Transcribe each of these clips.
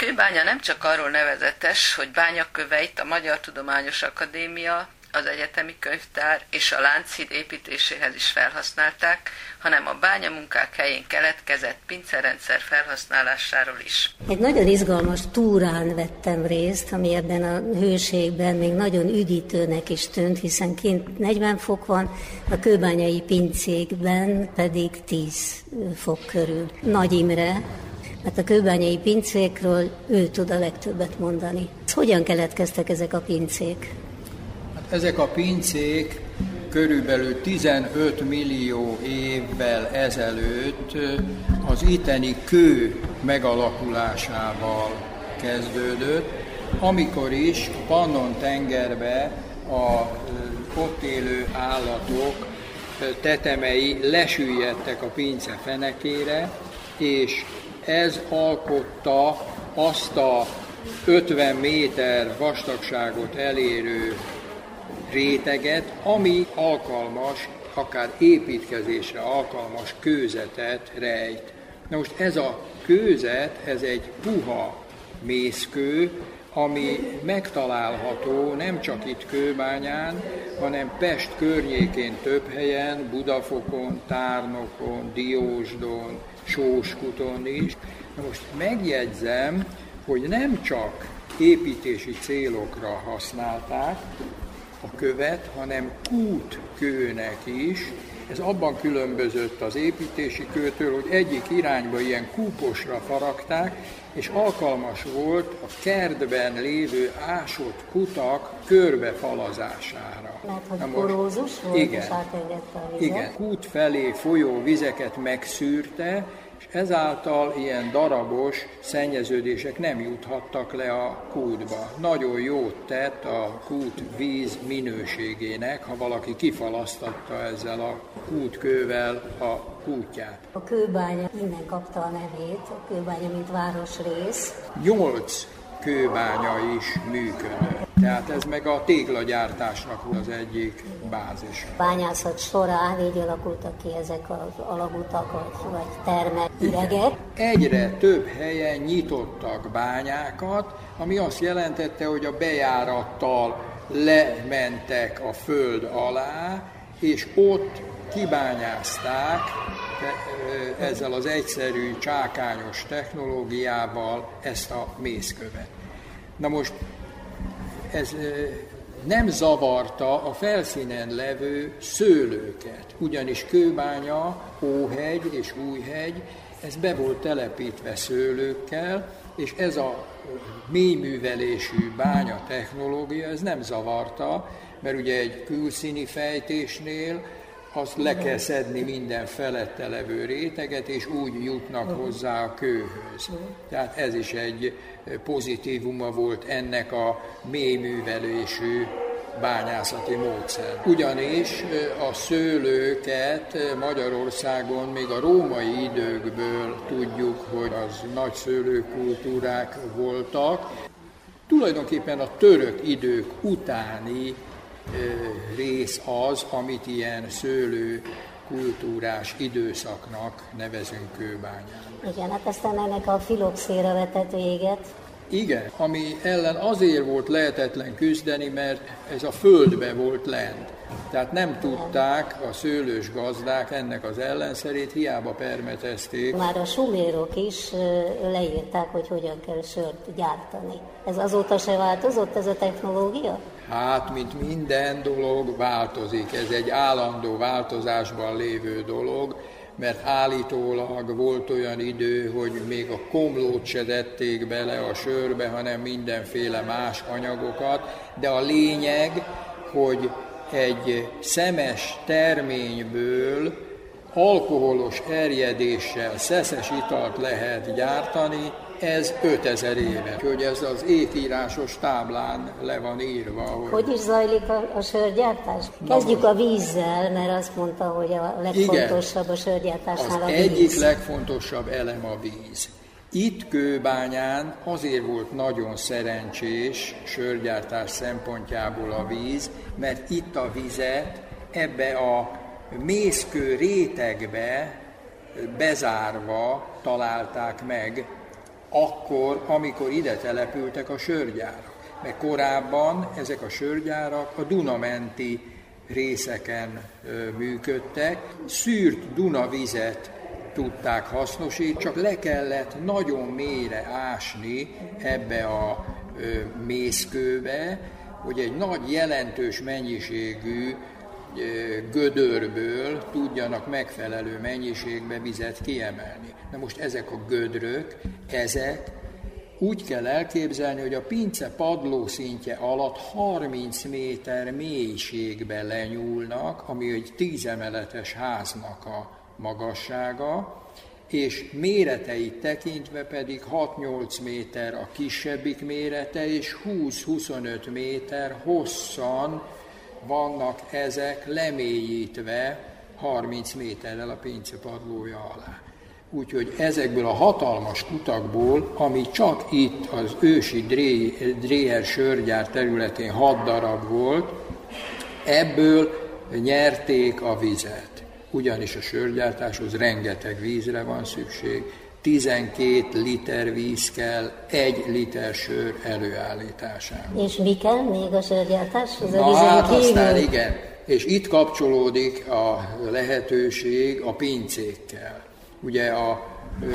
kőbánya nem csak arról nevezetes, hogy bányaköveit a Magyar Tudományos Akadémia, az egyetemi könyvtár és a Lánchíd építéséhez is felhasználták, hanem a bányamunkák helyén keletkezett pincerendszer felhasználásáról is. Egy nagyon izgalmas túrán vettem részt, ami ebben a hőségben még nagyon üdítőnek is tűnt, hiszen kint 40 fok van, a kőbányai pincékben pedig 10 fok körül. Nagy Imre, mert a kőbányai pincékről ő tud a legtöbbet mondani. Hogyan keletkeztek ezek a pincék? Ezek a pincék körülbelül 15 millió évvel ezelőtt az itteni kő megalakulásával kezdődött, amikor is Pannon-tengerbe a ott élő állatok tetemei lesüllyedtek a pince fenekére, és ez alkotta azt a 50 méter vastagságot elérő réteget, ami alkalmas, akár építkezésre alkalmas kőzetet rejt. Na most ez a kőzet, ez egy puha mészkő, ami megtalálható nem csak itt Kőbányán, hanem Pest környékén több helyen, Budafokon, Tárnokon, Diósdon, Sóskuton is. Na most megjegyzem, hogy nem csak építési célokra használták a követ, hanem kútkőnek is. Ez abban különbözött az építési kőtől, hogy egyik irányba ilyen kúposra faragták, és alkalmas volt a kertben lévő ásott kutak körbefalazására. Mert hogy porózus volt, igen, és átengedte a vizet. Igen, kút felé folyó vizeket megszűrte, és ezáltal ilyen darabos szennyeződések nem juthattak le a kútba. Nagyon jót tett a kút víz minőségének, ha valaki kifalasztatta ezzel a kútkővel a kútját. A kőbánya innen kapta a nevét, a kőbánya, mint városrész. 8 kőbánya is működött. Tehát ez meg a téglagyártásnak az egyik bázis. Bányászat során így alakultak ki ezek az alagutak, vagy termek, üregek. Egyre több helyen nyitottak bányákat, ami azt jelentette, hogy a bejárattal lementek a föld alá, és ott kibányázták ezzel az egyszerű csákányos technológiával ezt a mészkövet. Na most ez nem zavarta a felszínen levő szőlőket, ugyanis Kőbánya, Hóhegy és Újhegy, ez be volt telepítve szőlőkkel, és ez a mélyművelésű bánya technológia, ez nem zavarta, mert ugye egy külszíni fejtésnél azt le kell szedni minden felette levő réteget, és úgy jutnak hozzá a kőhöz. Tehát ez is egy pozitívuma volt ennek a mélyművelésű bányászati módszer. Ugyanis a szőlőket Magyarországon még a római időkből tudjuk, hogy az nagy szőlőkultúrák voltak. Tulajdonképpen a török idők utáni rész az, amit ilyen szőlőkultúrás időszaknak nevezünk Kőbányán. Igen, hát aztán ennek a filoxéra vetett véget. Igen, ami ellen azért volt lehetetlen küzdeni, mert ez a földbe volt lent. Tehát nem tudták a szőlős gazdák ennek az ellenszerét, hiába permetezték. Már a sumérok is leírták, hogy hogyan kell sört gyártani. Ez azóta se változott, ez a technológia? Hát, mint minden dolog változik. Ez egy állandó változásban lévő dolog, mert állítólag volt olyan idő, hogy még a komlót se tették bele a sörbe, hanem mindenféle más anyagokat, de a lényeg, hogy egy szemes terményből alkoholos erjedéssel szeszes italt lehet gyártani, ez 5000 éve. Úgyhogy ez az ékírásos táblán le van írva. Hogy is zajlik a sörgyártás? Kezdjük a vízzel, mert azt mondta, hogy a legfontosabb a sörgyártásnál a víz. Az egyik legfontosabb elem a víz. Itt Kőbányán azért volt nagyon szerencsés sörgyártás szempontjából a víz, mert itt a vizet ebbe a mészkő rétegbe bezárva találták meg akkor, amikor ide települtek a sörgyárak. Mert korábban ezek a sörgyárak a Duna-menti részeken működtek, szűrt Dunavizet tudták hasznosítani, csak le kellett nagyon mélyre ásni ebbe a mészkőbe, hogy egy nagy jelentős mennyiségű gödörből tudjanak megfelelő mennyiségbe vizet kiemelni. Na most ezek a gödrök, ezek úgy kell elképzelni, hogy a pince padlószintje alatt 30 méter mélységbe lenyúlnak, ami egy 10 emeletes háznak a magassága, és méreteit tekintve pedig 6-8 méter a kisebbik mérete, és 20-25 méter hosszan vannak ezek lemélyítve 30 méterrel a pince padlója alá. Úgyhogy ezekből a hatalmas kutakból, ami csak itt az ősi Dréher sörgyár területén 6 darab volt, ebből nyerték a vizet. Ugyanis a sörgyártáshoz rengeteg vízre van szükség, 12 liter víz kell 1 liter sör előállításához. És mi kell még a sörgyártáshoz? Aztán igen, és itt kapcsolódik a lehetőség a pincékkel. Ugye a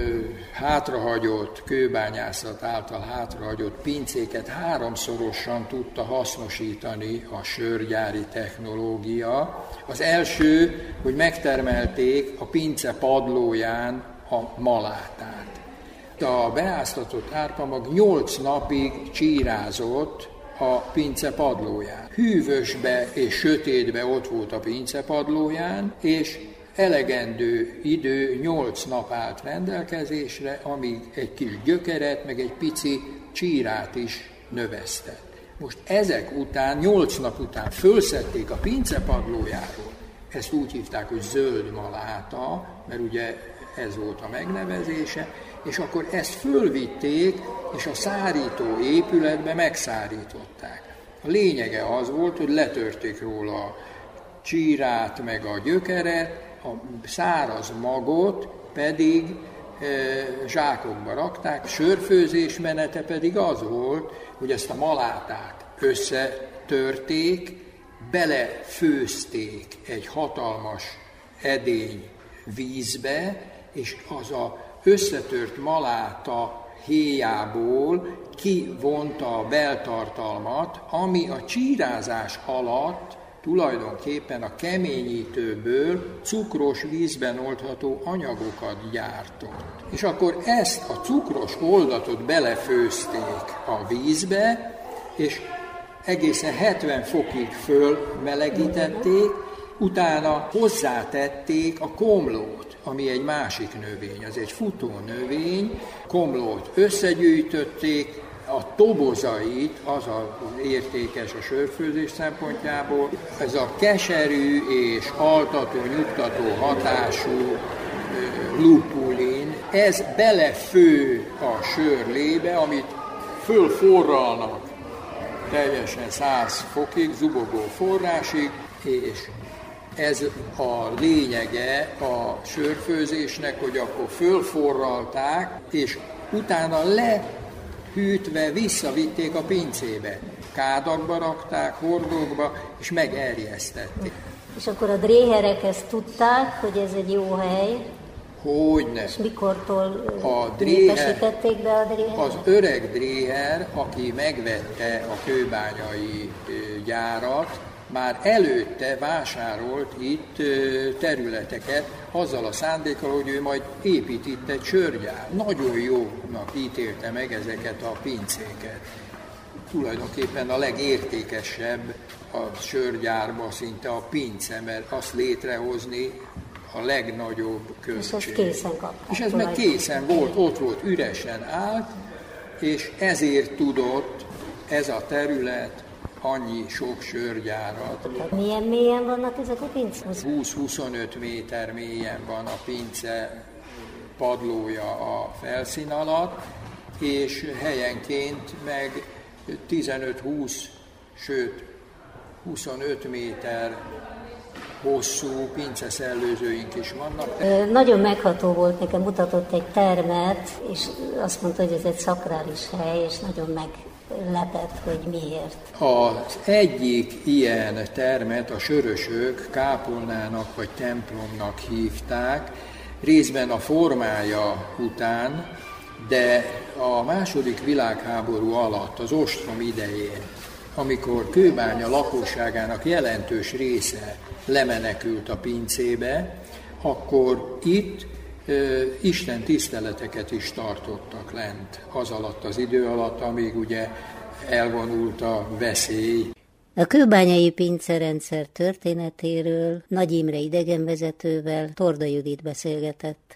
hátrahagyott kőbányászat által hátrahagyott pincéket 3-szorosan tudta hasznosítani a sörgyári technológia. Az első, hogy megtermelték a pince padlóján a malátát. A beáztatott árpamag 8 napig csírázott a pince padlóján. Hűvösbe és sötétbe ott volt a pince padlóján, és elegendő idő, 8 nap állt rendelkezésre, amíg egy kis gyökeret, meg egy pici csírát is növesztett. Most ezek után, 8 nap után fölszedték a pince padlójáról, ezt úgy hívták, hogy zöld maláta, mert ugye ez volt a megnevezése, és akkor ezt fölvitték, és a szárító épületbe megszárították. A lényege az volt, hogy letörték róla a csírát, meg a gyökeret, a száraz magot pedig zsákokba rakták, sörfőzés menete pedig az volt, hogy ezt a malátát összetörték, belefőzték egy hatalmas edény vízbe, és az a összetört maláta héjából kivonta a beltartalmat, ami a csírázás alatt tulajdonképpen a keményítőből cukros vízben oldható anyagokat gyártott. És akkor ezt a cukros oldatot belefőzték a vízbe, és egészen 70 fokig fölmelegítették, utána hozzátették a komlót, ami egy másik növény, az egy futó növény, komlót összegyűjtötték, a tobozait, az az értékes a sörfőzés szempontjából, ez a keserű és altató, nyugtató hatású lupulin, ez belefő a sörlébe, amit fölforralnak teljesen 100 fokig, zubogó forrásig, és ez a lényege a sörfőzésnek, hogy akkor fölforralták, és utána hűtve visszavitték a pincébe. Kádakba rakták, hordókba, és megerjesztették. És akkor a dréherek ezt tudták, hogy ez egy jó hely? Hogyne. És mikortól népesítették be a dréheret? Az öreg dréher, aki megvette a kőbányai gyárat, már előtte vásárolt itt területeket azzal a szándékkal, hogy ő majd épít itt egy sörgyár. Nagyon jónak ítélte meg ezeket a pincéket. Tulajdonképpen a legértékesebb a sörgyárban szinte a pince, mert azt létrehozni a legnagyobb költség. És ezt készen kapták. És ez meg készen volt, ott volt, üresen állt, és ezért tudott ez a terület annyi sok sörgyárat. Milyen mélyen vannak ezek a pincek? 20-25 méter mélyen van a pince padlója a felszín alatt, és helyenként meg 15-20, sőt 25 méter hosszú pinceszellőzőink is vannak. Nagyon megható volt, nekem mutatott egy termet, és azt mondta, hogy ez egy szakrális hely, és nagyon meglepett, hogy miért. Az egyik ilyen termet a sörösök kápolnának vagy templomnak hívták, részben a formája után, de a második világháború alatt, az ostrom idején, amikor Kőbánya lakosságának jelentős része lemenekült a pincébe, akkor itt Isten tiszteleteket is tartottak lent az alatt az idő alatt, amíg ugye elvonult a veszély. A kőbányai pincerendszer történetéről Nagy Imre idegenvezetővel Torda Judit beszélgetett.